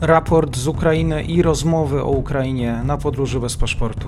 Raport z Ukrainy i rozmowy o Ukrainie na podróży bez paszportu.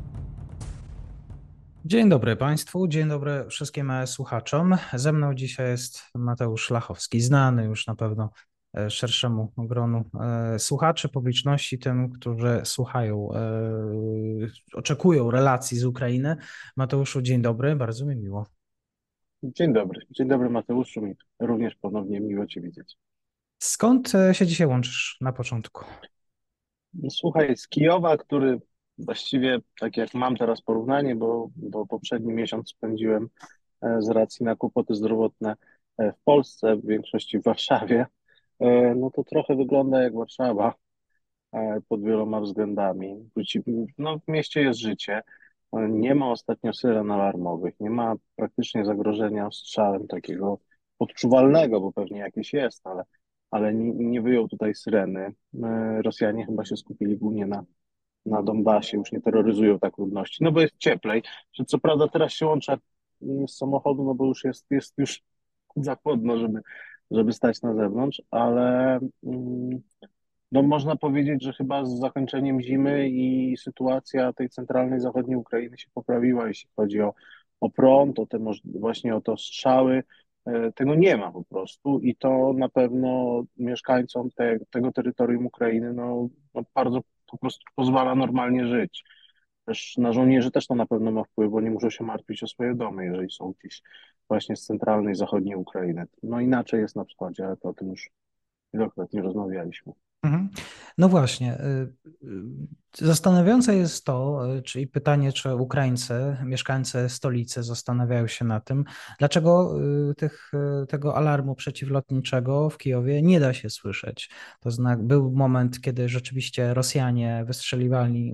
Dzień dobry Państwu, dzień dobry wszystkim słuchaczom. Ze mną dzisiaj jest Mateusz Lachowski, znany już na pewno szerszemu gronu słuchaczy, publiczności, tym, którzy słuchają, oczekują relacji z Ukrainy. Mateuszu, dzień dobry, bardzo mi miło. Dzień dobry Mateuszu, mi również ponownie miło Cię widzieć. Skąd się dzisiaj łączysz na początku? No, słuchaj, z Kijowa, który właściwie, tak jak mam teraz porównanie, bo poprzedni miesiąc spędziłem z racji na kłopoty zdrowotne w Polsce, w większości w Warszawie, no to trochę wygląda jak Warszawa pod wieloma względami. No, w mieście jest życie, nie ma ostatnio syren alarmowych, nie ma praktycznie zagrożenia ostrzałem takiego odczuwalnego, bo pewnie jakieś jest, ale nie wyjął tutaj syreny. Rosjanie chyba się skupili głównie na Donbasie, już nie terroryzują tak ludności, no bo jest cieplej, że co prawda teraz się łączę z samochodu, no bo już jest już za chłodno, żeby stać na zewnątrz, ale no można powiedzieć, że chyba z zakończeniem zimy i sytuacja tej centralnej, zachodniej Ukrainy się poprawiła, jeśli chodzi o prąd, właśnie o to strzały. Tego nie ma po prostu i to na pewno mieszkańcom tego terytorium Ukrainy no bardzo po prostu pozwala normalnie żyć. Też na żołnierzy też to na pewno ma wpływ, bo nie muszą się martwić o swoje domy, jeżeli są gdzieś właśnie z centralnej, zachodniej Ukrainy. No inaczej jest na wschodzie, ale to o tym już wielokrotnie rozmawialiśmy. Mhm. No właśnie. Zastanawiające jest to, czyli pytanie, czy Ukraińcy, mieszkańcy stolicy zastanawiają się na tym, dlaczego tego alarmu przeciwlotniczego w Kijowie nie da się słyszeć. To znaczy, był moment, kiedy rzeczywiście Rosjanie wystrzeliwali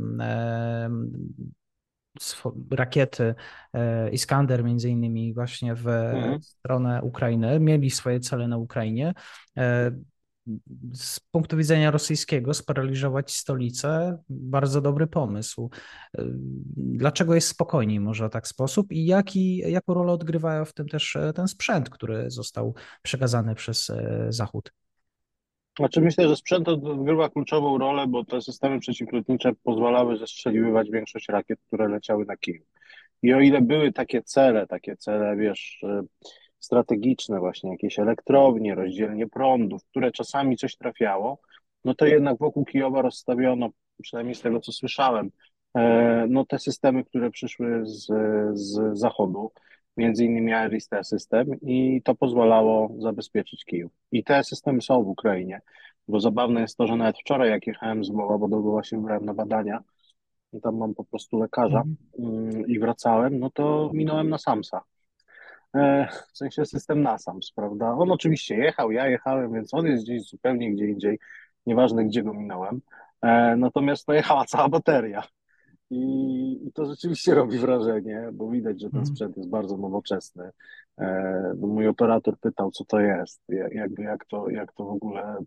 rakiety Iskander między innymi właśnie w Mhm. stronę Ukrainy, mieli swoje cele na Ukrainie. E, Z punktu widzenia rosyjskiego sparaliżować stolicę, bardzo dobry pomysł. Dlaczego jest spokojniej może w tak sposób i jaką rolę odgrywa w tym też ten sprzęt, który został przekazany przez Zachód? Znaczy myślę, że sprzęt odgrywa kluczową rolę, bo te systemy przeciwlotnicze pozwalały zestrzeliwać większość rakiet, które leciały na Kijów. I o ile były takie cele, wiesz, strategiczne, właśnie jakieś elektrownie, rozdzielnie prądów, które czasami coś trafiało, no to jednak wokół Kijowa rozstawiono, przynajmniej z tego co słyszałem, no te systemy, które przyszły z zachodu, między innymi Air-Iste system i to pozwalało zabezpieczyć Kijów. I te systemy są w Ukrainie, bo zabawne jest to, że nawet wczoraj jak jechałem z Lwowa, bo do Lwowa się wybrałem na badania, i tam mam po prostu lekarza Mhm. i wracałem, no to minąłem na Samsa. W sensie system NASAMS, prawda? On oczywiście jechał, ja jechałem, więc on jest gdzieś zupełnie gdzie indziej, nieważne gdzie go minąłem. Natomiast no, jechała cała bateria. I to rzeczywiście robi wrażenie, bo widać, że ten Mhm. sprzęt jest bardzo nowoczesny. No, mój operator pytał, co to jest, jak to w ogóle.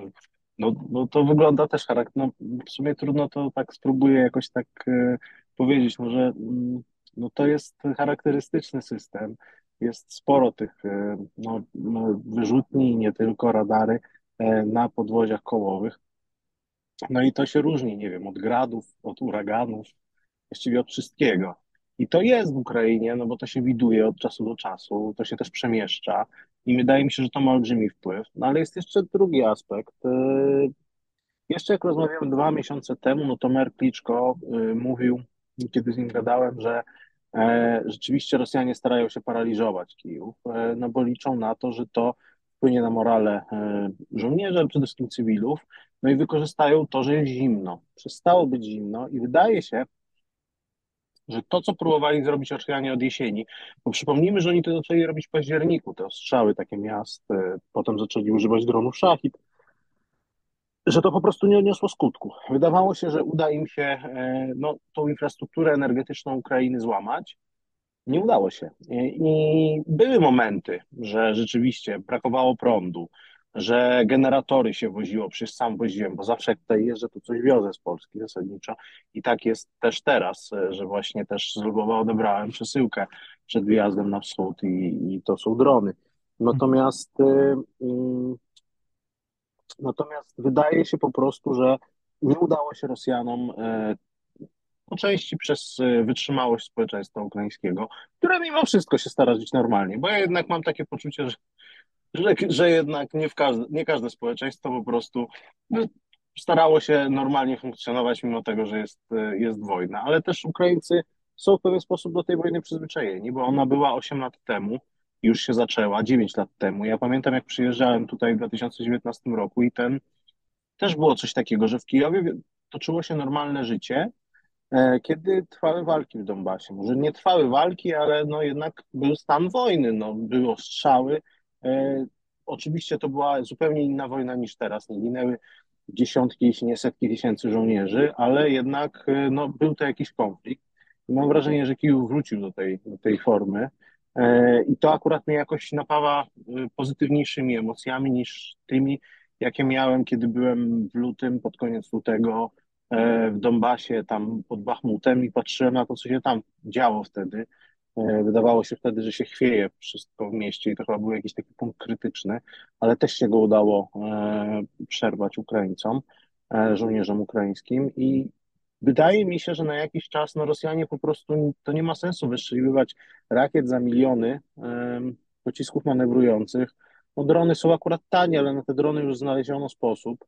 No to wygląda też charakter. No, w sumie trudno to tak spróbuję jakoś tak powiedzieć. Może no to jest charakterystyczny system. Jest sporo tych no, wyrzutni, nie tylko radary na podwoziach kołowych. No i to się różni, nie wiem, od gradów, od uraganów, właściwie od wszystkiego. I to jest w Ukrainie, no bo to się widuje od czasu do czasu, to się też przemieszcza i wydaje mi się, że to ma olbrzymi wpływ. No ale jest jeszcze drugi aspekt. Jeszcze jak rozmawiałem 2 miesiące temu, no to mer Kliczko mówił, kiedy z nim gadałem, że rzeczywiście Rosjanie starają się paraliżować Kijów, no bo liczą na to, że to wpłynie na morale żołnierzy, ale przede wszystkim cywilów, no i wykorzystają to, że jest zimno. Przestało być zimno i wydaje się, że to, co próbowali zrobić Rosjanie od jesieni, bo przypomnijmy, że oni to zaczęli robić w październiku, te ostrzały takie miast, potem zaczęli używać dronów szachid, że to po prostu nie odniosło skutku. Wydawało się, że uda im się no, tą infrastrukturę energetyczną Ukrainy złamać. Nie udało się. I były momenty, że rzeczywiście brakowało prądu, że generatory się woziło, przecież sam woziłem, bo zawsze jak tutaj jeżdżę, to coś wiozę z Polski zasadniczo. I tak jest też teraz, że właśnie też z Lwowa odebrałem przesyłkę przed wyjazdem na wschód i to są drony. Natomiast Natomiast wydaje się po prostu, że nie udało się Rosjanom po części przez wytrzymałość społeczeństwa ukraińskiego, które mimo wszystko się stara żyć normalnie, bo ja jednak mam takie poczucie, że jednak nie każde społeczeństwo po prostu no, starało się normalnie funkcjonować, mimo tego, że jest wojna. Ale też Ukraińcy są w pewien sposób do tej wojny przyzwyczajeni, bo ona była 8 lat temu, już się zaczęła, 9 lat temu. Ja pamiętam, jak przyjeżdżałem tutaj w 2019 roku i też było coś takiego, że w Kijowie toczyło się normalne życie, kiedy trwały walki w Donbasie. Może nie trwały walki, ale no jednak był stan wojny, no, były ostrzały. E, Oczywiście to była zupełnie inna wojna niż teraz. Nie ginęły dziesiątki, jeśli nie setki tysięcy żołnierzy, ale jednak no, był to jakiś konflikt. I mam wrażenie, że Kijów wrócił do tej formy. I to akurat mnie jakoś napawa pozytywniejszymi emocjami niż tymi, jakie miałem, kiedy byłem w lutym, pod koniec lutego w Donbasie, tam pod Bachmutem i patrzyłem na to, co się tam działo wtedy. Wydawało się wtedy, że się chwieje wszystko w mieście i to chyba był jakiś taki punkt krytyczny, ale też się go udało przerwać Ukraińcom, żołnierzom ukraińskim i wydaje mi się, że na jakiś czas no, Rosjanie po prostu, to nie ma sensu wystrzeliwać rakiet za miliony, pocisków manewrujących. No, drony są akurat tanie, ale na te drony już znaleziono sposób.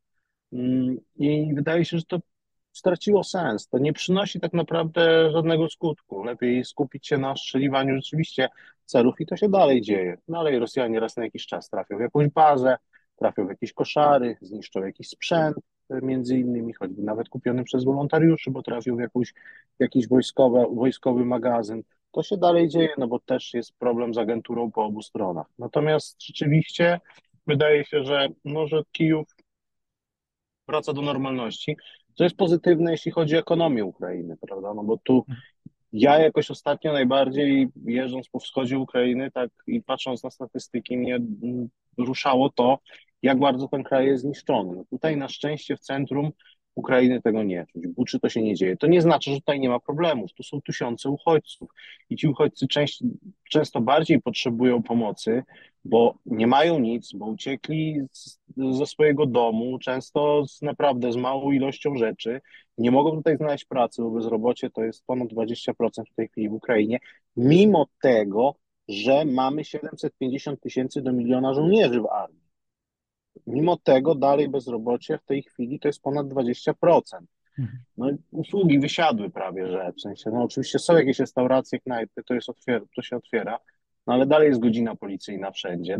I wydaje się, że to straciło sens. To nie przynosi tak naprawdę żadnego skutku. Lepiej skupić się na ostrzeliwaniu rzeczywiście celów i to się dalej dzieje. Dalej Rosjanie raz na jakiś czas trafią w jakąś bazę, trafią w jakieś koszary, zniszczą jakiś sprzęt, między innymi, choćby nawet kupiony przez wolontariuszy, bo trafił w jakiś wojskowy magazyn. To się dalej dzieje, no bo też jest problem z agenturą po obu stronach. Natomiast rzeczywiście wydaje się, że Kijów wraca do normalności, co jest pozytywne, jeśli chodzi o ekonomię Ukrainy, prawda? No bo tu ja jakoś ostatnio najbardziej jeżdżąc po wschodzie Ukrainy, tak i patrząc na statystyki, mnie ruszało to, jak bardzo ten kraj jest zniszczony. No tutaj na szczęście w centrum Ukrainy tego nie czuć. W Buczy to się nie dzieje. To nie znaczy, że tutaj nie ma problemów. Tu są tysiące uchodźców i ci uchodźcy często bardziej potrzebują pomocy, bo nie mają nic, bo uciekli ze swojego domu, często naprawdę z małą ilością rzeczy. Nie mogą tutaj znaleźć pracy, bo bezrobocie to jest ponad 20% w tej chwili w Ukrainie, mimo tego, że mamy 750 000 do miliona żołnierzy w armii. Mimo tego dalej bezrobocie w tej chwili to jest ponad 20%. Mhm. No i usługi wysiadły prawie, że w sensie, no oczywiście są jakieś restauracje, knajpy, to się otwiera, no ale dalej jest godzina policyjna wszędzie.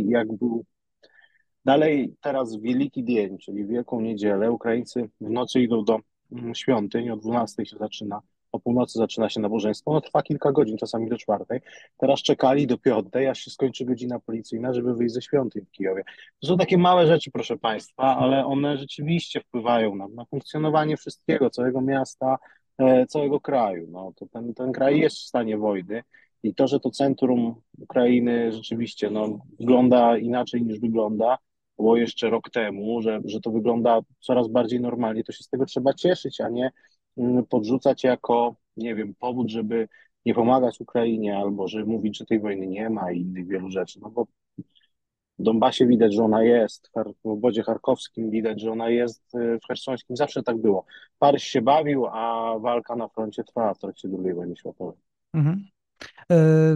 Dalej teraz w Wielki Dzień, czyli Wielką Niedzielę, Ukraińcy w nocy idą do świątyń, o 12 się zaczyna, o północy zaczyna się nabożeństwo, ono trwa kilka godzin, czasami do 4. Teraz czekali do 5, aż się skończy godzina policyjna, żeby wyjść ze świątyń w Kijowie. To są takie małe rzeczy, proszę Państwa, ale one rzeczywiście wpływają na funkcjonowanie wszystkiego, całego miasta, całego kraju. No, to ten kraj jest w stanie wojny. I to, że to centrum Ukrainy rzeczywiście no, wygląda inaczej niż wygląda, było jeszcze rok temu, że to wygląda coraz bardziej normalnie, to się z tego trzeba cieszyć, a nie podrzucać jako, nie wiem, powód, żeby nie pomagać Ukrainie albo żeby mówić, że tej wojny nie ma i innych wielu rzeczy. No bo w Donbasie widać, że ona jest, w obozie charkowskim widać, że ona jest, w chersońskim zawsze tak było. Paryż się bawił, a walka na froncie trwała w trakcie II wojny światowej. Mhm. E,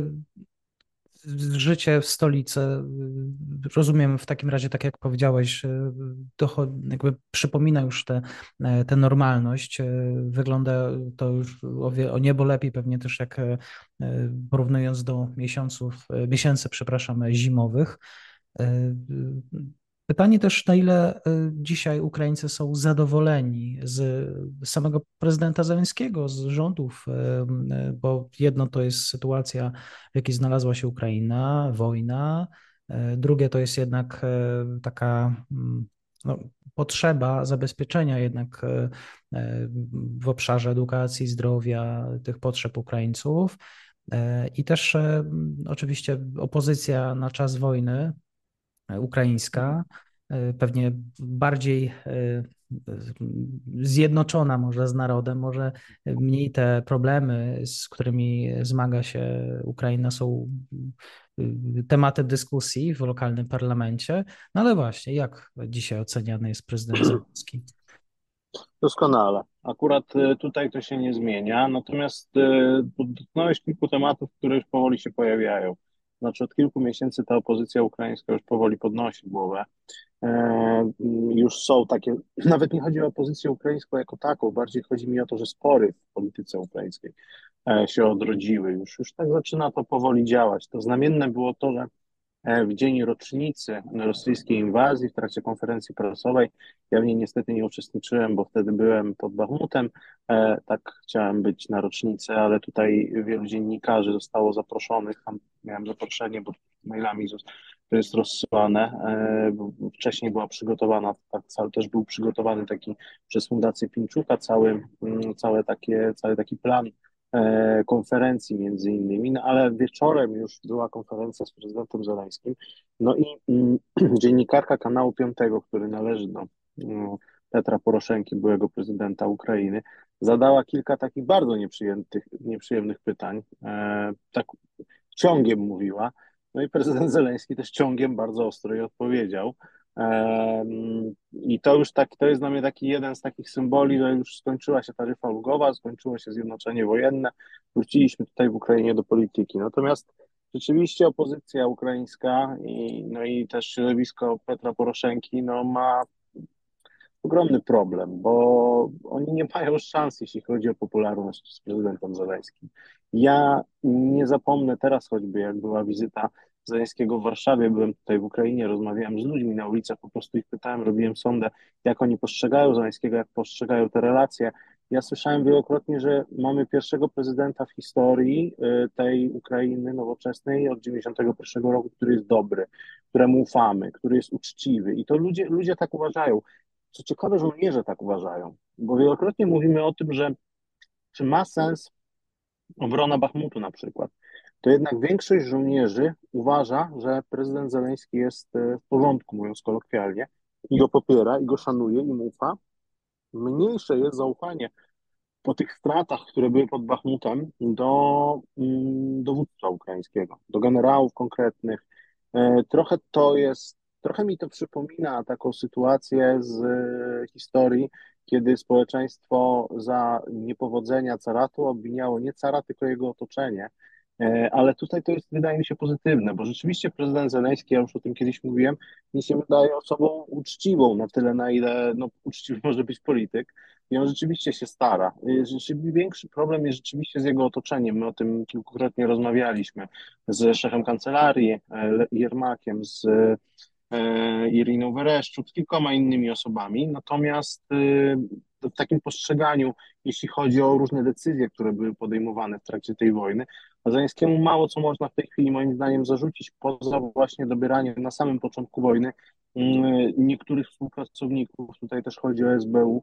Życie w stolicy, rozumiem w takim razie, tak jak powiedziałeś, jakby przypomina już tę normalność. Wygląda to już o niebo lepiej, pewnie też jak porównując do miesięcy, przepraszam, zimowych. E, Pytanie też, na ile dzisiaj Ukraińcy są zadowoleni z samego prezydenta Zełenskiego, z rządów, bo jedno to jest sytuacja, w jakiej znalazła się Ukraina, wojna, drugie to jest jednak taka no, potrzeba zabezpieczenia jednak w obszarze edukacji, zdrowia, tych potrzeb Ukraińców. I też oczywiście opozycja na czas wojny ukraińska. pewnie bardziej zjednoczona może z narodem, może mniej te problemy, z którymi zmaga się Ukraina, są tematem dyskusji w lokalnym parlamencie. No ale właśnie, jak dzisiaj oceniany jest prezydent Zełenski? Doskonale. Akurat tutaj to się nie zmienia, natomiast dotknąłeś kilku tematów, które już powoli się pojawiają. Znaczy od kilku miesięcy ta opozycja ukraińska już powoli podnosi głowę. Już są takie, nawet nie chodzi o opozycję ukraińską jako taką, bardziej chodzi mi o to, że spory w polityce ukraińskiej się odrodziły. Już tak zaczyna to powoli działać. To znamienne było to, że w dzień rocznicy rosyjskiej inwazji w trakcie konferencji prasowej. Ja w niej niestety nie uczestniczyłem, bo wtedy byłem pod Bachmutem. Tak chciałem być na rocznicę, ale tutaj wielu dziennikarzy zostało zaproszonych. Tam miałem zaproszenie, bo mailami to jest rozsyłane. Wcześniej była przygotowana, też był przygotowany taki przez Fundację Pińczuka cały taki plan konferencji między innymi, no ale wieczorem już była konferencja z prezydentem Zeleńskim, no i dziennikarka Kanału Piątego, który należy do Petra Poroszenki, byłego prezydenta Ukrainy, zadała kilka takich bardzo nieprzyjemnych pytań, tak ciągiem mówiła, no i prezydent Zeleński też ciągiem bardzo ostro jej odpowiedział. I to już to jest dla mnie taki jeden z takich symboli, że już skończyła się taryfa ulgowa, skończyło się zjednoczenie wojenne, wróciliśmy tutaj w Ukrainie do polityki. Natomiast rzeczywiście opozycja ukraińska no i też środowisko Petra Poroszenki no, ma ogromny problem, bo oni nie mają szans, jeśli chodzi o popularność z prezydentem Zeleńskim. Ja nie zapomnę teraz choćby, jak była wizyta Zeleńskiego w Warszawie, byłem tutaj w Ukrainie, rozmawiałem z ludźmi na ulicach, po prostu ich pytałem, robiłem sondę, jak oni postrzegają Zeleńskiego, jak postrzegają te relacje. Ja słyszałem wielokrotnie, że mamy pierwszego prezydenta w historii tej Ukrainy nowoczesnej od 91 roku, który jest dobry, któremu ufamy, który jest uczciwy. I to ludzie tak uważają. Co ciekawe, żołnierze tak uważają, bo wielokrotnie mówimy o tym, że czy ma sens obrona Bachmutu na przykład, to jednak większość żołnierzy uważa, że prezydent Zeleński jest w porządku, mówiąc kolokwialnie, i go popiera, i go szanuje, i mu ufa. Mniejsze jest zaufanie po tych stratach, które były pod Bachmutem, do dowództwa ukraińskiego, do generałów konkretnych. Trochę mi to przypomina taką sytuację z historii, kiedy społeczeństwo za niepowodzenia caratu obwiniało nie cara, tylko jego otoczenie. Ale tutaj to jest, wydaje mi się, pozytywne, bo rzeczywiście prezydent Zeleński, ja już o tym kiedyś mówiłem, mi się wydaje osobą uczciwą na tyle, na ile uczciwy może być polityk. I on rzeczywiście się stara. Większy problem jest rzeczywiście z jego otoczeniem. My o tym kilkukrotnie rozmawialiśmy z szefem kancelarii Jermakiem, z Iriną Wereszczuk, z kilkoma innymi osobami. Natomiast w takim postrzeganiu, jeśli chodzi o różne decyzje, które były podejmowane w trakcie tej wojny, a Zeleńskiemu mało co można w tej chwili moim zdaniem zarzucić, poza właśnie dobieraniem na samym początku wojny niektórych współpracowników, tutaj też chodzi o SBU,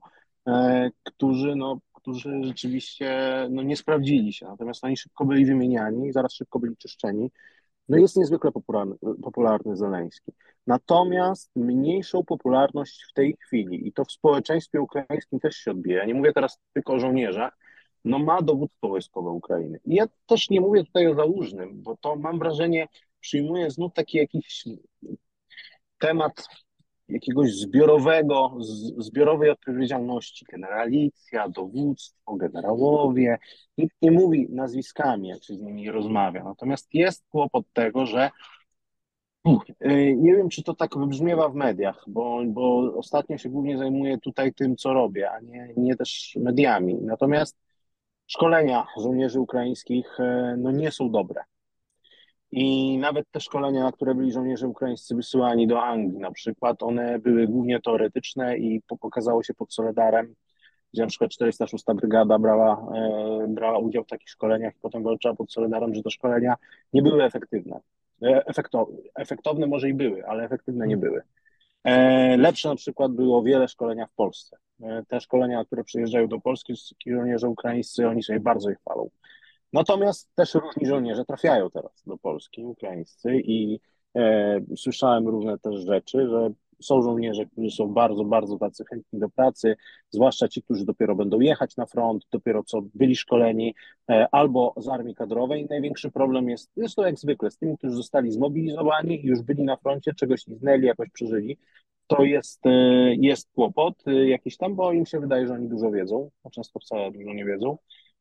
którzy rzeczywiście nie sprawdzili się. Natomiast oni szybko byli wymieniani, zaraz szybko byli czyszczeni. No jest niezwykle popularny Zeleński. Natomiast mniejszą popularność w tej chwili, i to w społeczeństwie ukraińskim też się odbija, ja nie mówię teraz tylko o żołnierzach, no ma dowództwo wojskowe Ukrainy. I ja też nie mówię tutaj o Załużnym, bo to mam wrażenie, przyjmuje znów taki jakiś temat jakiegoś zbiorowej odpowiedzialności. Generalicja, dowództwo, generałowie. Nikt nie mówi nazwiskami, jak się z nimi rozmawia. Natomiast jest kłopot tego, że nie wiem, czy to tak wybrzmiewa w mediach, bo ostatnio się głównie zajmuję tutaj tym, co robię, a nie też mediami. Natomiast szkolenia żołnierzy ukraińskich no, nie są dobre. I nawet te szkolenia, na które byli żołnierze ukraińscy wysyłani do Anglii na przykład, one były głównie teoretyczne i pokazało się pod Soledarem, gdzie na przykład 406 Brygada brała udział w takich szkoleniach i potem walczyła pod Soledarem, że te szkolenia nie były efektywne. Efektowne może i były, ale efektywne nie były. Lepsze na przykład było wiele szkolenia w Polsce. Te szkolenia, które przyjeżdżają do Polski, ci żołnierze ukraińscy, oni sobie bardzo ich chwalą. Natomiast też różni żołnierze trafiają teraz do Polski, ukraińscy, i słyszałem różne też rzeczy, że są żołnierze, którzy są bardzo, bardzo tacy chętni do pracy, zwłaszcza ci, którzy dopiero będą jechać na front, dopiero co byli szkoleni, albo z armii kadrowej. Największy problem jest, zresztą jak zwykle, z tymi, którzy zostali zmobilizowani, już byli na froncie, czegoś liznęli, jakoś przeżyli. To jest kłopot jakiś tam, bo im się wydaje, że oni dużo wiedzą, a często wcale dużo nie wiedzą.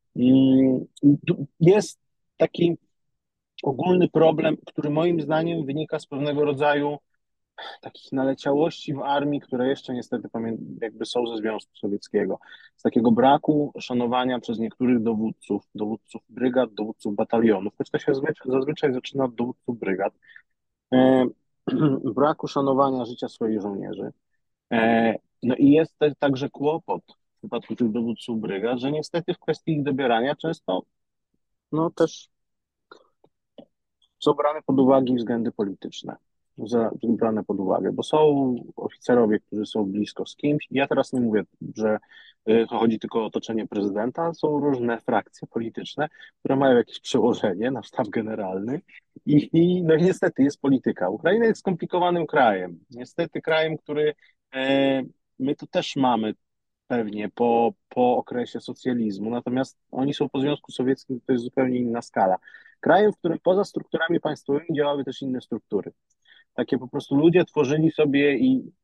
Jest taki ogólny problem, który moim zdaniem wynika z pewnego rodzaju takich naleciałości w armii, które jeszcze niestety jakby są ze Związku Sowieckiego. Z takiego braku szanowania przez niektórych dowódców brygad, dowódców batalionów, choć to się zazwyczaj zaczyna od dowódców brygad, e, braku szanowania życia swoich żołnierzy. No i jest też także kłopot w przypadku tych dowódców brygad, że niestety w kwestii ich dobierania często no też są brane pod uwagę względy polityczne, brane pod uwagę, bo są oficerowie, którzy są blisko z kimś. Ja teraz nie mówię, że to chodzi tylko o otoczenie prezydenta, są różne frakcje polityczne, które mają jakieś przełożenie na sztab generalny no i niestety jest polityka. Ukraina jest skomplikowanym krajem. Niestety krajem, który my tu też mamy pewnie po okresie socjalizmu, natomiast oni są po Związku Sowieckim, to jest zupełnie inna skala. Krajem, w którym poza strukturami państwowymi działały też inne struktury. Takie po prostu ludzie tworzyli sobie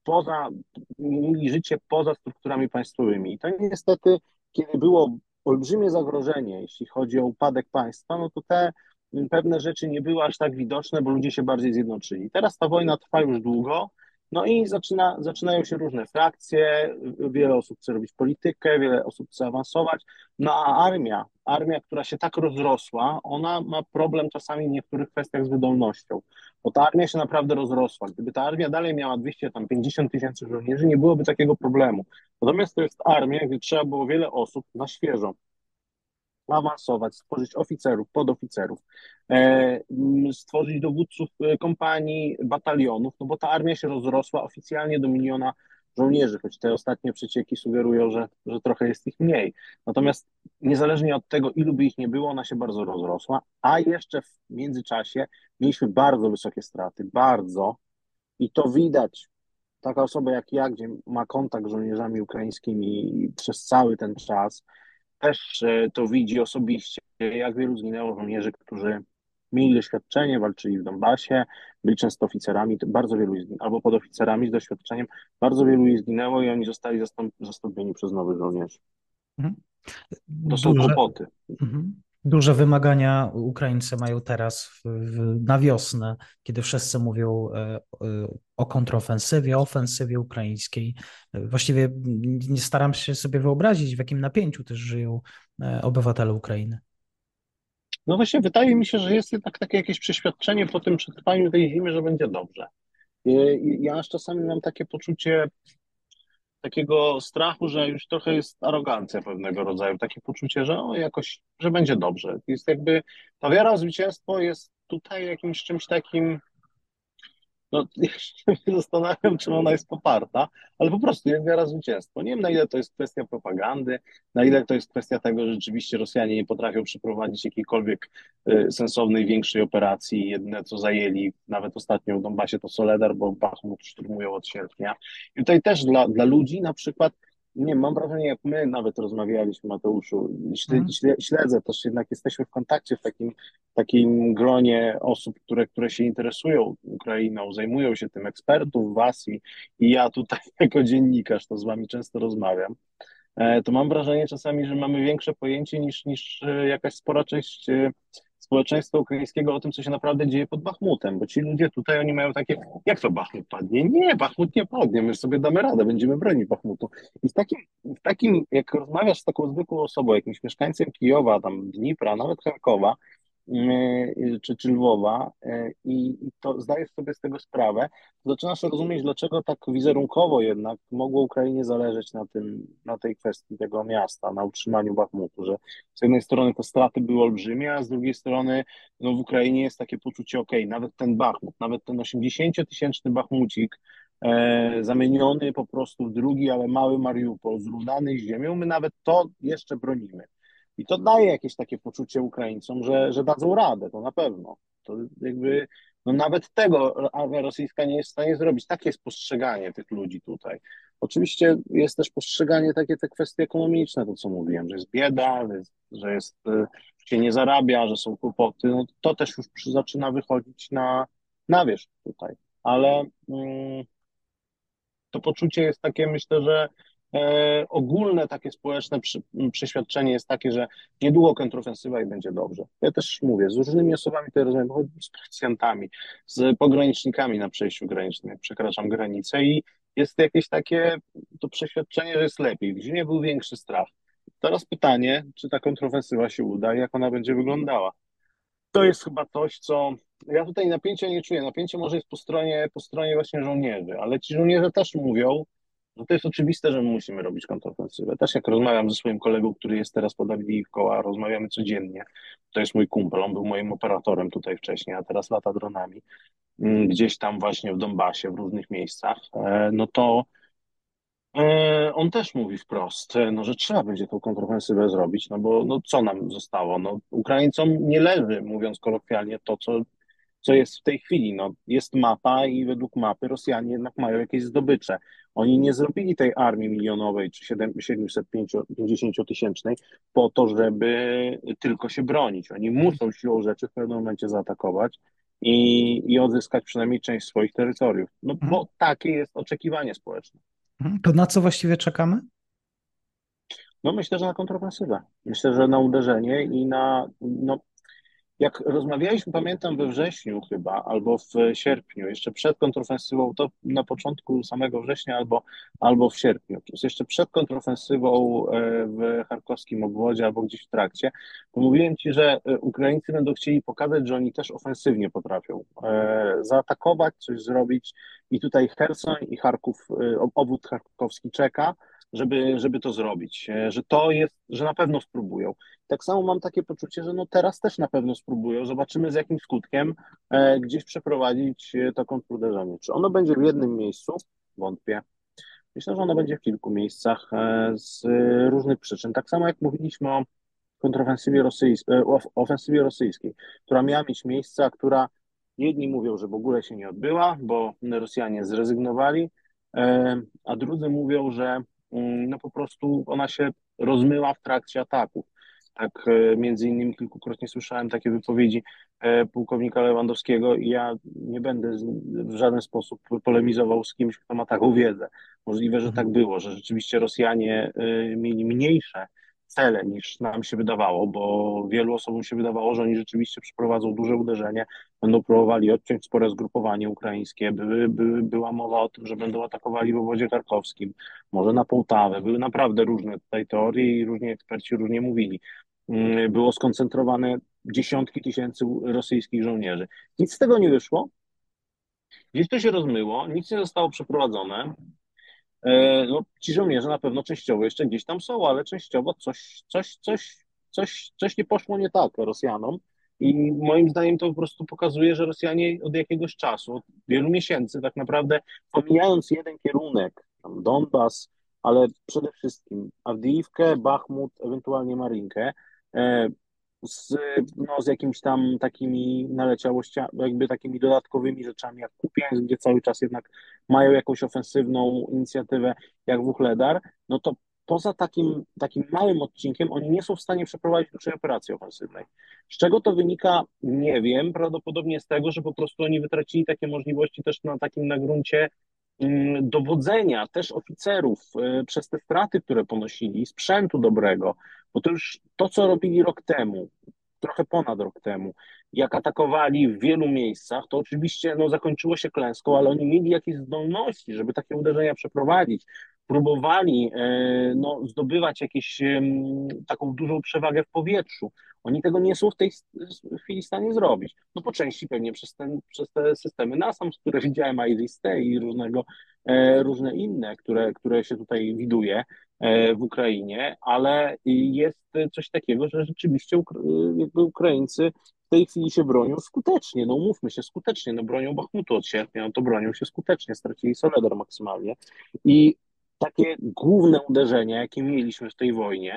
mieli życie poza strukturami państwowymi. I to niestety, kiedy było olbrzymie zagrożenie, jeśli chodzi o upadek państwa, no to te pewne rzeczy nie były aż tak widoczne, bo ludzie się bardziej zjednoczyli. Teraz ta wojna trwa już długo, no i zaczynają się różne frakcje, wiele osób chce robić politykę, wiele osób chce awansować, no a armia, która się tak rozrosła, ona ma problem czasami w niektórych kwestiach z wydolnością, bo ta armia się naprawdę rozrosła. Gdyby ta armia dalej miała 250 tysięcy żołnierzy, nie byłoby takiego problemu. Natomiast to jest armia, gdzie trzeba było wiele osób na świeżo awansować, stworzyć oficerów, podoficerów, stworzyć dowódców kompanii, batalionów, no bo ta armia się rozrosła oficjalnie do 1 000 000 żołnierzy, choć te ostatnie przecieki sugerują, że trochę jest ich mniej. Natomiast niezależnie od tego, ilu by ich nie było, ona się bardzo rozrosła, a jeszcze w międzyczasie mieliśmy bardzo wysokie straty, bardzo, i to widać. Taka osoba jak ja, gdzie ma kontakt z żołnierzami ukraińskimi przez cały ten czas, też to widzi osobiście, jak wielu zginęło żołnierzy, którzy mieli doświadczenie, walczyli w Donbasie, byli często oficerami, bardzo wielu albo podoficerami z doświadczeniem, bardzo wielu ich zginęło i oni zostali zastąpieni przez nowych żołnierzy. Mhm. To są Duże, kłopoty. duże wymagania Ukraińcy mają teraz na wiosnę, kiedy wszyscy mówią o kontrofensywie, ofensywie ukraińskiej. Właściwie nie staram się sobie wyobrazić, w jakim napięciu też żyją obywatele Ukrainy. No właśnie, wydaje mi się, że jest jednak takie jakieś przeświadczenie po tym przetrwaniu tej zimy, że będzie dobrze. Ja aż czasami mam takie poczucie takiego strachu, że już trochę jest arogancja pewnego rodzaju, takie poczucie, że jakoś, że będzie dobrze. Jest jakby ta wiara w zwycięstwo jest tutaj jakimś czymś takim, no jeszcze się zastanawiam, czym ona jest poparta, ale po prostu jest wiara w zwycięstwo. Nie wiem, na ile to jest kwestia propagandy, na ile to jest kwestia tego, że rzeczywiście Rosjanie nie potrafią przeprowadzić jakiejkolwiek sensownej, większej operacji. Jedyne, co zajęli, nawet ostatnio w Donbasie, to Soledar, bo Bachmut szturmują od sierpnia. I tutaj też dla ludzi na przykład, nie wiem, mam wrażenie, jak my nawet rozmawialiśmy, Mateuszu, Mhm. śledzę też, jednak jesteśmy w kontakcie w takim gronie osób, które się interesują Ukrainą, zajmują się tym, ekspertów, was i ja tutaj jako dziennikarz to z wami często rozmawiam, to mam wrażenie czasami, że mamy większe pojęcie niż jakaś spora część społeczeństwa ukraińskiego o tym, co się naprawdę dzieje pod Bachmutem, bo ci ludzie tutaj, oni mają takie, jak to Bachmut padnie? Nie, Bachmut nie padnie, my sobie damy radę, będziemy bronić Bachmutu. I w takim, jak rozmawiasz z taką zwykłą osobą, jakimś mieszkańcem Kijowa, tam Dnipra, nawet Charkowa, czy Lwowa i to zdajesz sobie z tego sprawę, to zaczynasz rozumieć, dlaczego tak wizerunkowo jednak mogło Ukrainie zależeć na tej kwestii tego miasta, na utrzymaniu Bachmutu, że z jednej strony te straty były olbrzymie, a z drugiej strony no, w Ukrainie jest takie poczucie, nawet ten Bachmut, nawet ten 80-tysięczny Bachmucik, zamieniony po prostu w drugi, ale mały Mariupol, zrównany z ziemią, my nawet to jeszcze bronimy. I to daje jakieś takie poczucie Ukraińcom, że dadzą radę, to na pewno. To jakby, No nawet tego armia rosyjska nie jest w stanie zrobić. Takie jest postrzeganie tych ludzi tutaj. Oczywiście jest też postrzeganie takie te kwestie ekonomiczne, to co mówiłem, że jest bieda, się nie zarabia, że są kłopoty. No, to też już zaczyna wychodzić na wierzch tutaj. Ale to poczucie jest takie, myślę, że ogólne takie społeczne przeświadczenie jest takie, że niedługo kontrofensywa i będzie dobrze. Ja też mówię, z różnymi osobami tutaj rozmawiam, z policjantami, z pogranicznikami na przejściu granicznym, jak przekraczam granicę i jest jakieś takie to przeświadczenie, że jest lepiej. Gdzie nie był większy strach. Teraz pytanie, czy ta kontrofensywa się uda i jak ona będzie wyglądała. To jest chyba coś, co ja tutaj napięcia nie czuję. Napięcie może jest po stronie właśnie żołnierzy, ale ci żołnierze też mówią, że to jest oczywiste, że my musimy robić kontrofensywę. Też jak rozmawiam ze swoim kolegą, który jest teraz pod Awdijiwką, a rozmawiamy codziennie, to jest mój kumpel, on był moim operatorem tutaj wcześniej, a teraz lata dronami, gdzieś tam właśnie w Donbasie, w różnych miejscach, no to on też mówi wprost, no, że trzeba będzie tą kontrofensywę zrobić, no bo no, co nam zostało? No, Ukraińcom nie leży, mówiąc kolokwialnie, to, co jest w tej chwili. No, jest mapa i według mapy Rosjanie jednak mają jakieś zdobycze. Oni nie zrobili tej armii milionowej czy 750 tysięcznej po to, żeby tylko się bronić. Oni muszą siłą rzeczy w pewnym momencie zaatakować i odzyskać przynajmniej część swoich terytoriów. No Mhm. bo takie jest oczekiwanie społeczne. Mhm. To na co właściwie czekamy? No myślę, że na kontrofensywę. Myślę, że na uderzenie i no, jak rozmawialiśmy, pamiętam we wrześniu chyba, albo w sierpniu, jeszcze przed kontrofensywą, to na początku samego września, albo w sierpniu, to jest jeszcze przed kontrofensywą w charkowskim obwodzie, albo gdzieś w trakcie, to mówiłem Ci, że Ukraińcy będą chcieli pokazać, że oni też ofensywnie potrafią zaatakować, coś zrobić i tutaj Cherson i Charków, obwód charkowski czeka, żeby to zrobić, że to jest, że na pewno spróbują. Tak samo mam takie poczucie, że no teraz też na pewno spróbują. Zobaczymy z jakim skutkiem gdzieś przeprowadzić to kontruderzenie. Czy ono będzie w jednym miejscu? Wątpię. Myślę, że ono będzie w kilku miejscach z różnych przyczyn. Tak samo jak mówiliśmy o kontrofensywie rosyjskiej, o ofensywie rosyjskiej, która miała mieć miejsce, a która jedni mówią, że w ogóle się nie odbyła, bo Rosjanie zrezygnowali, a drudzy mówią, że no po prostu ona się rozmyła w trakcie ataków. Tak, między innymi kilkukrotnie słyszałem takie wypowiedzi pułkownika Lewandowskiego i ja nie będę w żaden sposób polemizował z kimś, kto ma taką wiedzę. Możliwe, że tak Mhm. było, że rzeczywiście Rosjanie mieli mniejsze cele niż nam się wydawało, bo wielu osobom się wydawało, że oni rzeczywiście przeprowadzą duże uderzenie, będą próbowali odciąć spore zgrupowanie ukraińskie. Była mowa o tym, że będą atakowali w obwodzie charkowskim, może na Połtawę. Były naprawdę różne tutaj teorie i różni eksperci różnie mówili. Było skoncentrowane dziesiątki tysięcy rosyjskich żołnierzy. Nic z tego nie wyszło. Gdzieś to się rozmyło, nic nie zostało przeprowadzone. No, ci żołnierze na pewno częściowo jeszcze gdzieś tam są, ale częściowo coś nie poszło nie tak Rosjanom. I moim zdaniem to po prostu pokazuje, że Rosjanie od jakiegoś czasu, od wielu miesięcy, tak naprawdę pomijając jeden kierunek, tam Donbas, ale przede wszystkim Awdijiwkę, Bachmut, ewentualnie Marinkę, e, z, no, z jakimiś tam takimi naleciałościami, jakby takimi dodatkowymi rzeczami jak Kupiańsk, gdzie cały czas jednak mają jakąś ofensywną inicjatywę jak Wuhledar, no to poza takim małym odcinkiem oni nie są w stanie przeprowadzić dużej operacji ofensywnej. Z czego to wynika? Nie wiem. Prawdopodobnie z tego, że po prostu oni wytracili takie możliwości też na gruncie dowodzenia, też oficerów przez te straty, które ponosili, sprzętu dobrego, bo to już to, co robili rok temu, trochę ponad rok temu, jak atakowali w wielu miejscach, to oczywiście no, zakończyło się klęską, ale oni mieli jakieś zdolności, żeby takie uderzenia przeprowadzić. Próbowali no, zdobywać taką dużą przewagę w powietrzu. Oni tego nie są w tej chwili w stanie zrobić. No po części pewnie przez te systemy NASAMS, które widziałem, IRIS-T i różne inne, które się tutaj widuje w Ukrainie, ale jest coś takiego, że rzeczywiście jakby Ukraińcy w tej chwili się bronią skutecznie, no umówmy się, skutecznie, no bronią Bachmutu od sierpnia, no to bronią się skutecznie, stracili Soledar maksymalnie i takie główne uderzenia, jakie mieliśmy w tej wojnie,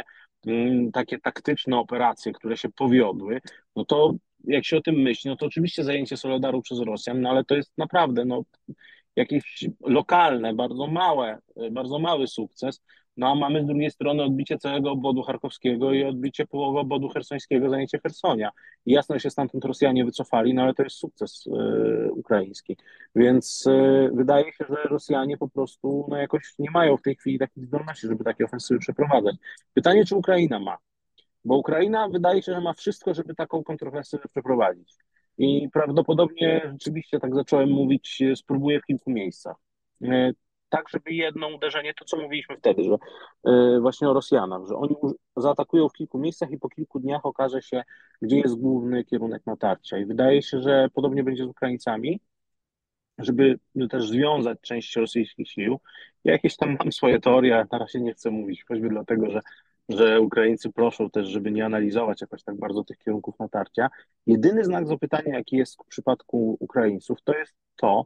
takie taktyczne operacje, które się powiodły, no to jak się o tym myśli, no to oczywiście zajęcie Soledaru przez Rosjan, no ale to jest naprawdę no, jakieś lokalne, bardzo mały sukces. No a mamy z drugiej strony odbicie całego obwodu charkowskiego i odbicie połowy obwodu chersońskiego, zajęcie Chersonia. I jasno się stamtąd Rosjanie wycofali, no ale to jest sukces ukraiński. Więc wydaje się, że Rosjanie po prostu no, jakoś nie mają w tej chwili takich zdolności, żeby takie ofensywy przeprowadzać. Pytanie, czy Ukraina ma? Bo Ukraina wydaje się, że ma wszystko, żeby taką kontrowersję przeprowadzić. I prawdopodobnie rzeczywiście, tak zacząłem mówić, spróbuję w kilku miejscach. E, Tak, żeby jedno uderzenie, to co mówiliśmy wtedy, że właśnie o Rosjanach, że oni zaatakują w kilku miejscach i po kilku dniach okaże się, gdzie jest główny kierunek natarcia. I wydaje się, że podobnie będzie z Ukraińcami, żeby też związać część rosyjskich sił. Ja jakieś tam mam swoje teorie, na razie nie chcę mówić, choćby dlatego, że Ukraińcy proszą też, żeby nie analizować jakoś tak bardzo tych kierunków natarcia. Jedyny znak zapytania, jaki jest w przypadku Ukraińców, to jest to,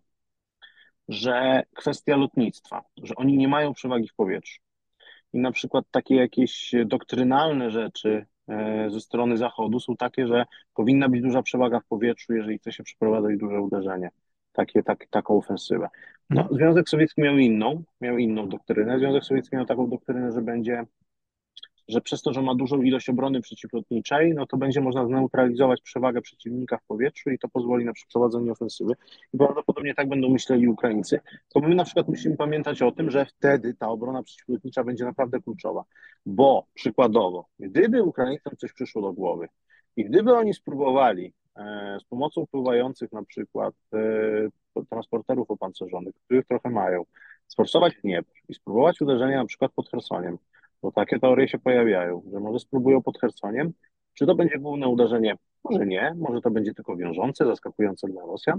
że kwestia lotnictwa, że oni nie mają przewagi w powietrzu. I na przykład takie jakieś doktrynalne rzeczy ze strony Zachodu są takie, że powinna być duża przewaga w powietrzu, jeżeli chce się przeprowadzać duże uderzenie, taką ofensywę. No, Mhm. Związek Sowiecki miał inną doktrynę. Związek Sowiecki miał taką doktrynę, że przez to, że ma dużą ilość obrony przeciwlotniczej, no to będzie można zneutralizować przewagę przeciwnika w powietrzu i to pozwoli na przeprowadzenie ofensywy. I prawdopodobnie tak będą myśleli Ukraińcy. To my na przykład musimy pamiętać o tym, że wtedy ta obrona przeciwlotnicza będzie naprawdę kluczowa. Bo przykładowo, gdyby Ukraińcom coś przyszło do głowy i gdyby oni spróbowali z pomocą pływających na przykład transporterów opancerzonych, których trochę mają, sforsować Dniepr i spróbować uderzenia na przykład pod Chersoniem, bo takie teorie się pojawiają, że może spróbują pod Chersoniem. Czy to będzie główne uderzenie? Może nie, może to będzie tylko wiążące, zaskakujące dla Rosjan.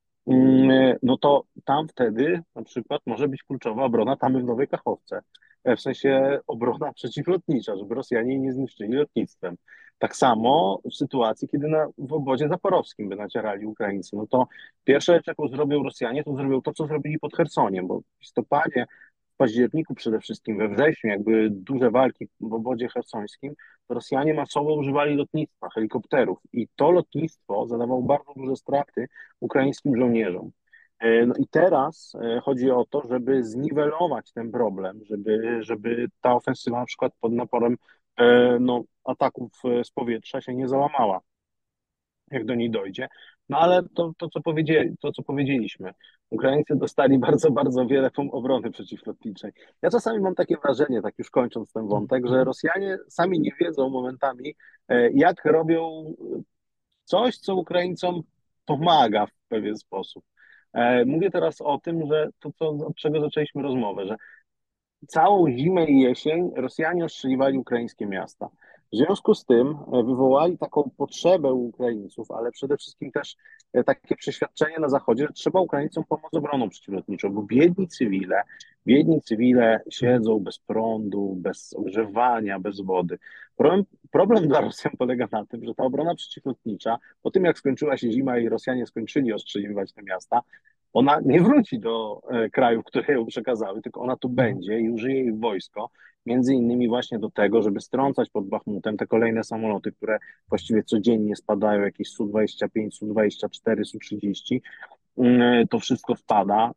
No to tam wtedy na przykład może być kluczowa obrona tamy w Nowej Kachowce. W sensie obrona przeciwlotnicza, żeby Rosjanie jej nie zniszczyli lotnictwem. Tak samo w sytuacji, kiedy w obozie zaporowskim by nacierali Ukraińcy, no to pierwsza rzecz, jaką zrobią Rosjanie, to zrobią to, co zrobili pod Chersoniem, bo w listopadzie, w październiku przede wszystkim, we wrześniu, jak były duże walki w obozie chersońskim, to Rosjanie masowo używali lotnictwa, helikopterów i to lotnictwo zadawało bardzo duże straty ukraińskim żołnierzom. No i teraz chodzi o to, żeby zniwelować ten problem, żeby ta ofensywa na przykład pod naporem no, ataków z powietrza się nie załamała, jak do niej dojdzie. No ale to, co powiedzieliśmy, Ukraińcy dostali bardzo, bardzo wiele obrony przeciwlotniczej. Ja czasami mam takie wrażenie, tak już kończąc ten wątek, że Mhm. Rosjanie sami nie wiedzą momentami, jak robią coś, co Ukraińcom pomaga w pewien sposób. Mówię teraz o tym, że od czego zaczęliśmy rozmowę, że całą zimę i jesień Rosjanie ostrzeliwali ukraińskie miasta. W związku z tym wywołali taką potrzebę u Ukraińców, ale przede wszystkim też takie przeświadczenie na Zachodzie, że trzeba Ukraińcom pomóc obroną przeciwlotniczą, bo biedni cywile Mhm. siedzą bez prądu, bez ogrzewania, bez wody. Problem dla Rosjan polega na tym, że ta obrona przeciwlotnicza, po tym jak skończyła się zima i Rosjanie skończyli ostrzeliwać te miasta, ona nie wróci do krajów, które ją przekazały, tylko ona tu Mhm. będzie i użyje jej wojsko, między innymi właśnie do tego, żeby strącać pod Bachmutem te kolejne samoloty, które właściwie codziennie spadają, jakieś Su-25, Su-24, Su-30, to wszystko spada,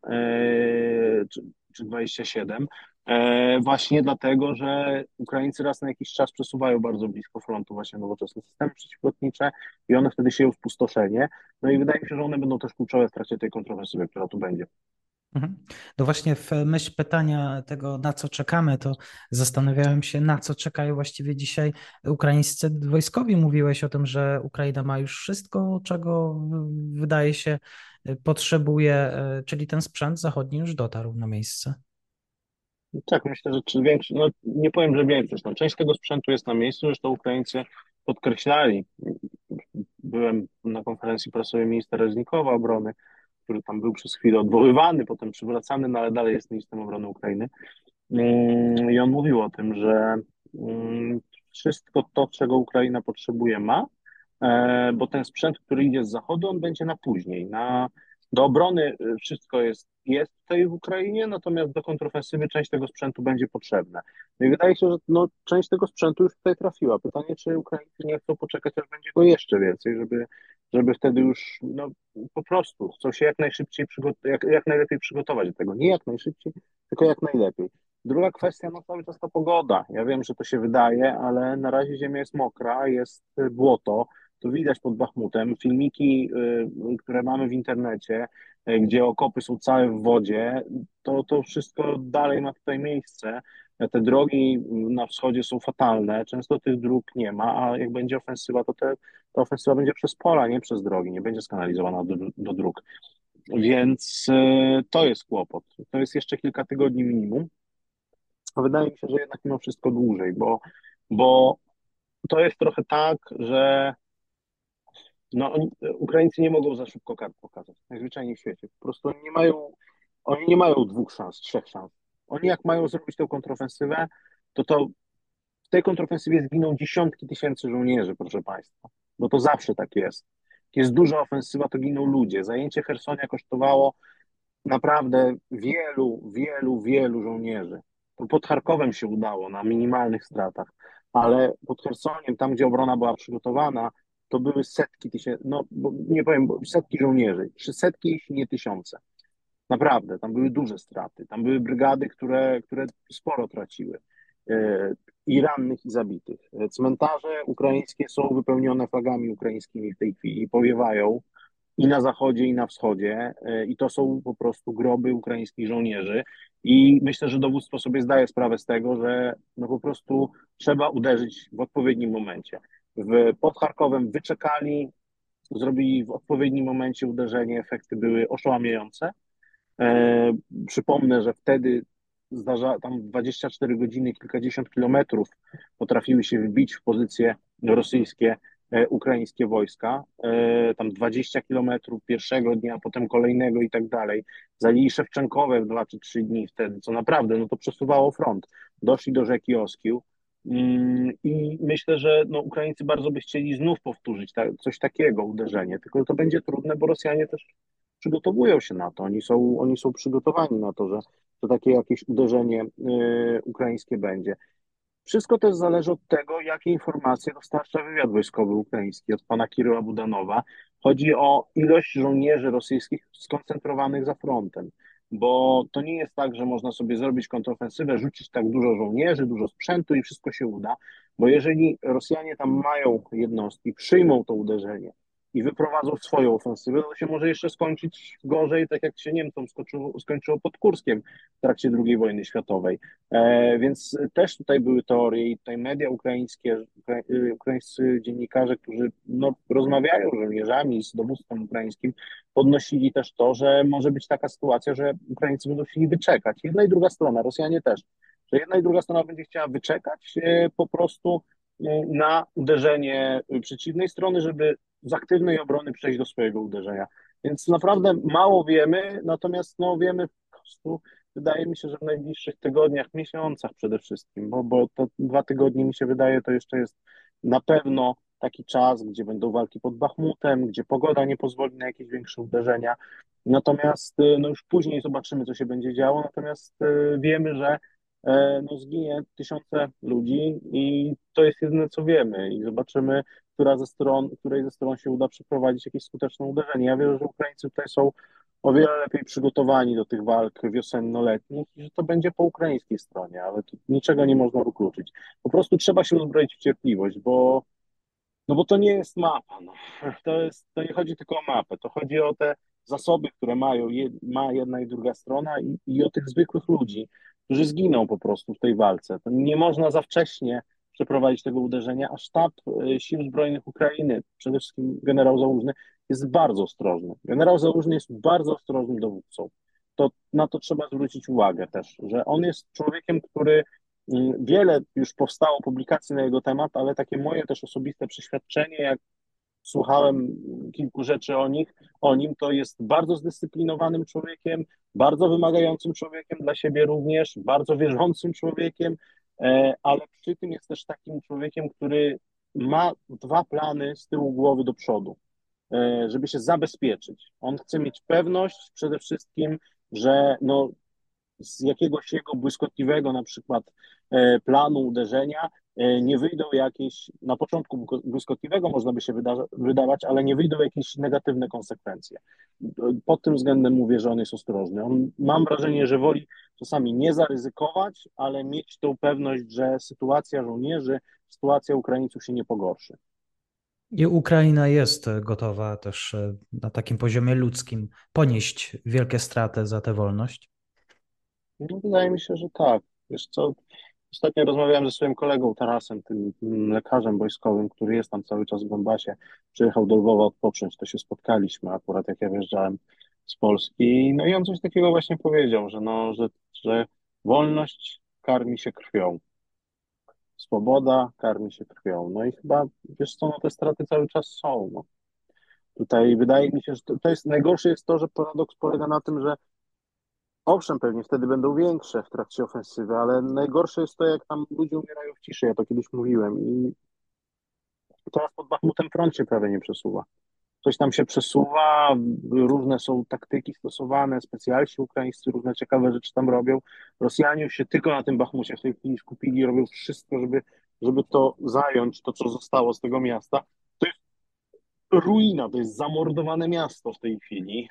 czy 27, właśnie dlatego, że Ukraińcy raz na jakiś czas przesuwają bardzo blisko frontu właśnie nowoczesne systemy przeciwlotnicze i one wtedy sieją spustoszenie. No i wydaje mi się, że one będą też kluczowe w trakcie tej kontrowersyjnej, która tu będzie. Mhm. No właśnie w myśl pytania tego, na co czekamy, to zastanawiałem się, na co czekają właściwie dzisiaj ukraińscy wojskowi. Mówiłeś o tym, że Ukraina ma już wszystko, czego wydaje się potrzebuje, czyli ten sprzęt zachodni już dotarł na miejsce. Tak, myślę, że czy większość, no nie powiem, że większość, no część tego sprzętu jest na miejscu, zresztą Ukraińcy podkreślali. Byłem na konferencji prasowej ministra Reznikowa obrony, który tam był przez chwilę odwoływany, potem przywracany, no ale dalej jest ministrem obrony Ukrainy. I on mówił o tym, że wszystko to, czego Ukraina potrzebuje, ma, bo ten sprzęt, który idzie z zachodu, on będzie na później, Do obrony wszystko jest tutaj w Ukrainie, natomiast do kontrofensywy część tego sprzętu będzie potrzebna. No i wydaje się, że no, część tego sprzętu już tutaj trafiła. Pytanie, czy Ukraińcy nie chcą poczekać, aż będzie go jeszcze więcej, żeby wtedy już no, po prostu chcą się jak najszybciej, jak najlepiej przygotować do tego. Nie jak najszybciej, tylko jak najlepiej. Druga kwestia, no cały czas ta pogoda. Ja wiem, że to się wydaje, ale na razie ziemia jest mokra, jest błoto. To widać pod Bachmutem. Filmiki, które mamy w internecie, gdzie okopy są całe w wodzie, to wszystko dalej ma tutaj miejsce. Te drogi na wschodzie są fatalne, często tych dróg nie ma, a jak będzie ofensywa, ta ofensywa będzie przez pola, nie przez drogi, nie będzie skanalizowana do dróg. Więc to jest kłopot. To jest jeszcze kilka tygodni minimum, a wydaje mi się, że jednak mimo wszystko dłużej, bo to jest trochę tak, że no, Ukraińcy nie mogą za szybko kart pokazać, najzwyczajniej w świecie. Po prostu oni nie mają dwóch szans, trzech szans. Oni jak mają zrobić tę kontrofensywę, to w tej kontrofensywie zginą dziesiątki tysięcy żołnierzy, proszę Państwa. Bo to zawsze tak jest. Jak jest duża ofensywa, to giną ludzie. Zajęcie Chersonia kosztowało naprawdę wielu żołnierzy. To pod Charkowem się udało na minimalnych stratach, ale pod Chersoniem, tam gdzie obrona była przygotowana, to były setki tysięcy, no nie powiem, setki żołnierzy, 300, jeśli nie tysiące. Naprawdę, tam były duże straty. Tam były brygady, które sporo traciły. I rannych, i zabitych. Cmentarze ukraińskie są wypełnione flagami ukraińskimi w tej chwili, powiewają i na zachodzie, i na wschodzie. I to są po prostu groby ukraińskich żołnierzy. I myślę, że dowództwo sobie zdaje sprawę z tego, że no po prostu trzeba uderzyć w odpowiednim momencie. Pod Charkowem wyczekali, zrobili w odpowiednim momencie uderzenie, efekty były oszałamiające. Przypomnę, że wtedy tam 24 godziny, kilkadziesiąt kilometrów potrafiły się wbić w pozycje rosyjskie, ukraińskie wojska. Tam 20 kilometrów pierwszego dnia, potem kolejnego i tak dalej. Zajęli Szewczenkowe w 2 czy 3 dni wtedy, co naprawdę no to przesuwało front. Doszli do rzeki Oskił. I myślę, że no, Ukraińcy bardzo by chcieli znów powtórzyć coś takiego, uderzenie, tylko to będzie trudne, bo Rosjanie też przygotowują się na to. Oni są przygotowani na to, że to takie jakieś uderzenie ukraińskie będzie. Wszystko też zależy od tego, jakie informacje dostarcza wywiad wojskowy ukraiński od pana Kiryła Budanowa. Chodzi o ilość żołnierzy rosyjskich skoncentrowanych za frontem, bo to nie jest tak, że można sobie zrobić kontrofensywę, rzucić tak dużo żołnierzy, dużo sprzętu i wszystko się uda, bo jeżeli Rosjanie tam mają jednostki, przyjmą to uderzenie i wyprowadzą swoją ofensywę, to się może jeszcze skończyć gorzej, tak jak się Niemcom skończyło pod Kurskiem w trakcie II wojny światowej. Więc też tutaj były teorie i tutaj media ukraińskie, ukraińscy dziennikarze, którzy no, rozmawiają z żołnierzami, z dowództwem ukraińskim, podnosili też to, że może być taka sytuacja, że Ukraińcy będą chcieli wyczekać. Jedna i druga strona, Rosjanie też, że jedna i druga strona będzie chciała wyczekać po prostu na uderzenie przeciwnej strony, żeby z aktywnej obrony przejść do swojego uderzenia. Więc naprawdę mało wiemy, natomiast no, wiemy po prostu, wydaje mi się, że w najbliższych tygodniach, miesiącach przede wszystkim, bo to 2 tygodnie mi się wydaje, to jeszcze jest na pewno taki czas, gdzie będą walki pod Bachmutem, gdzie pogoda nie pozwoli na jakieś większe uderzenia. Natomiast no już później zobaczymy, co się będzie działo. Natomiast wiemy, że no, zginie tysiące ludzi i to jest jedyne, co wiemy. I zobaczymy, której ze stron się uda przeprowadzić jakieś skuteczne uderzenie. Ja wierzę, że Ukraińcy tutaj są o wiele lepiej przygotowani do tych walk wiosenno-letnich i że to będzie po ukraińskiej stronie, ale tu niczego nie można wykluczyć. Po prostu trzeba się uzbroić w cierpliwość, bo to nie jest mapa. No. To nie chodzi tylko o mapę, to chodzi o te zasoby, które ma jedna i druga strona i o tych zwykłych ludzi, którzy zginą po prostu w tej walce. To nie można za wcześnie przeprowadzić tego uderzenia, a sztab Sił Zbrojnych Ukrainy, przede wszystkim generał Załużny, jest bardzo ostrożny. Generał Załużny jest bardzo ostrożnym dowódcą. Na to trzeba zwrócić uwagę też, że on jest człowiekiem, który wiele już powstało publikacji na jego temat, ale takie moje też osobiste przeświadczenie, jak słuchałem kilku rzeczy o nim, to jest bardzo zdyscyplinowanym człowiekiem, bardzo wymagającym człowiekiem dla siebie również, bardzo wierzącym człowiekiem, ale przy tym jest też takim człowiekiem, który ma dwa plany z tyłu głowy do przodu. żeby się zabezpieczyć. On chce mieć pewność przede wszystkim, że no, z jakiegoś jego błyskotliwego na przykład planu uderzenia nie wyjdą jakieś, na początku błyskotliwego można by się wydawać, ale nie wyjdą jakieś negatywne konsekwencje. Pod tym względem mówię, że on jest ostrożny. Mam wrażenie, że woli czasami nie zaryzykować, ale mieć tą pewność, że sytuacja żołnierzy, sytuacja Ukraińców się nie pogorszy. I Ukraina jest gotowa też na takim poziomie ludzkim ponieść wielkie straty za tę wolność? No, wydaje mi się, że tak. Wiesz co, ostatnio rozmawiałem ze swoim kolegą Tarasem, tym lekarzem wojskowym, który jest tam cały czas w Donbasie. Przyjechał do Lwowa odpocząć, to się spotkaliśmy akurat jak ja wjeżdżałem z Polski. No i on coś takiego właśnie powiedział, że, no, że wolność karmi się krwią. Swoboda karmi się krwią. No i chyba, wiesz co, no te straty cały czas są. No. Tutaj wydaje mi się, że to jest najgorsze jest to, że paradoks polega na tym, że owszem, pewnie wtedy będą większe w trakcie ofensywy, ale najgorsze jest to, jak tam ludzie umierają w ciszy. Ja to kiedyś mówiłem i teraz pod Bachmutem front się prawie nie przesuwa. Coś tam się przesuwa, różne są taktyki stosowane, specjaliści ukraińscy różne ciekawe rzeczy tam robią. Rosjanie już się tylko na tym Bachmucie w tej chwili skupili, robią wszystko, żeby to zająć, to co zostało z tego miasta. To jest ruina, to jest zamordowane miasto w tej chwili.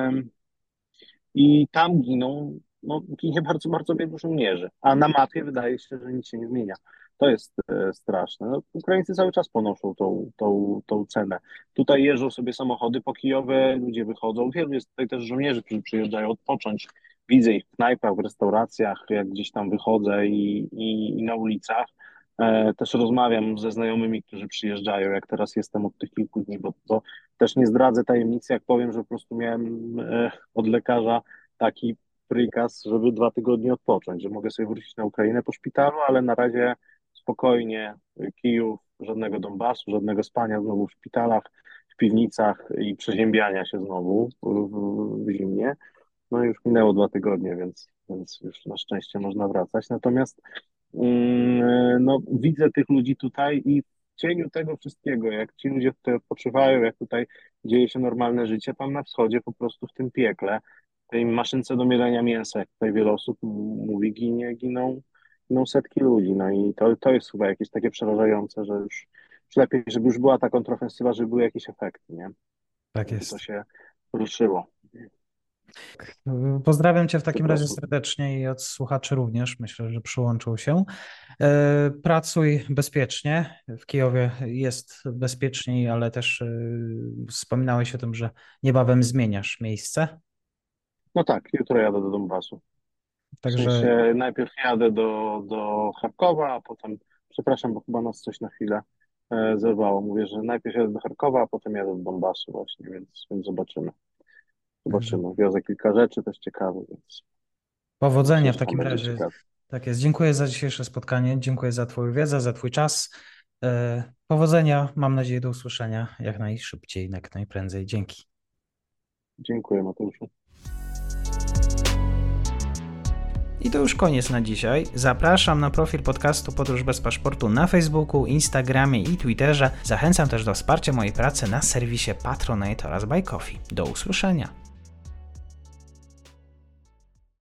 I tam giną, no, ginie bardzo, bardzo wielu żołnierzy. A na mapie wydaje się, że nic się nie zmienia. To jest straszne. No, Ukraińcy cały czas ponoszą tą cenę. Tutaj jeżdżą sobie samochody pokijowe, ludzie wychodzą. Wielu jest tutaj też żołnierzy, którzy przyjeżdżają odpocząć. Widzę ich w knajpach, w restauracjach, jak gdzieś tam wychodzę i na ulicach. Też rozmawiam ze znajomymi, którzy przyjeżdżają, jak teraz jestem od tych kilku dni, bo to też nie zdradzę tajemnicy, jak powiem, że po prostu miałem od lekarza taki prikaz, żeby 2 tygodnie odpocząć, że mogę sobie wrócić na Ukrainę po szpitalu, ale na razie spokojnie, Kijów, żadnego Donbasu, żadnego spania znowu w szpitalach, w piwnicach i przeziębiania się znowu w zimnie. No już minęło 2 tygodnie, więc już na szczęście można wracać. Natomiast no, widzę tych ludzi tutaj i w cieniu tego wszystkiego, jak ci ludzie tutaj odpoczywają, jak tutaj dzieje się normalne życie, tam na wschodzie po prostu w tym piekle, w tej maszynce do mielenia mięsa, jak tutaj wiele osób mówi, giną setki ludzi. No i to jest chyba jakieś takie przerażające, że już lepiej, żeby już była ta kontrofensywa, żeby były jakieś efekty, nie? Tak Żeby to jest. się ruszyło. Pozdrawiam Cię w Po takim razie prostu. serdecznie i od słuchaczy również. Myślę, że przyłączył się. Pracuj bezpiecznie. W Kijowie jest bezpieczniej, ale też wspominałeś o tym, że niebawem zmieniasz miejsce. No tak, jutro jadę do Donbasu. W Także sensie najpierw jadę do Charkowa, a potem, przepraszam, bo chyba nas coś na chwilę zerwało. Mówię, że najpierw jadę do Charkowa, a potem jadę do Donbasu właśnie, więc zobaczymy. Także Zobaczymy. Wiozę kilka rzeczy też ciekawych, więc powodzenia myślę, w że tam takim będzie razie. ciekawe. Tak jest. Dziękuję za dzisiejsze spotkanie. Dziękuję za Twoją wiedzę, za Twój czas. Powodzenia. Mam nadzieję do usłyszenia jak najszybciej, jak najprędzej. Dzięki. Dziękuję, Mateuszu. I to już koniec na dzisiaj. Zapraszam na profil podcastu Podróż bez paszportu na Facebooku, Instagramie i Twitterze. Zachęcam też do wsparcia mojej pracy na serwisie Patronite oraz Buy Coffee. Do usłyszenia.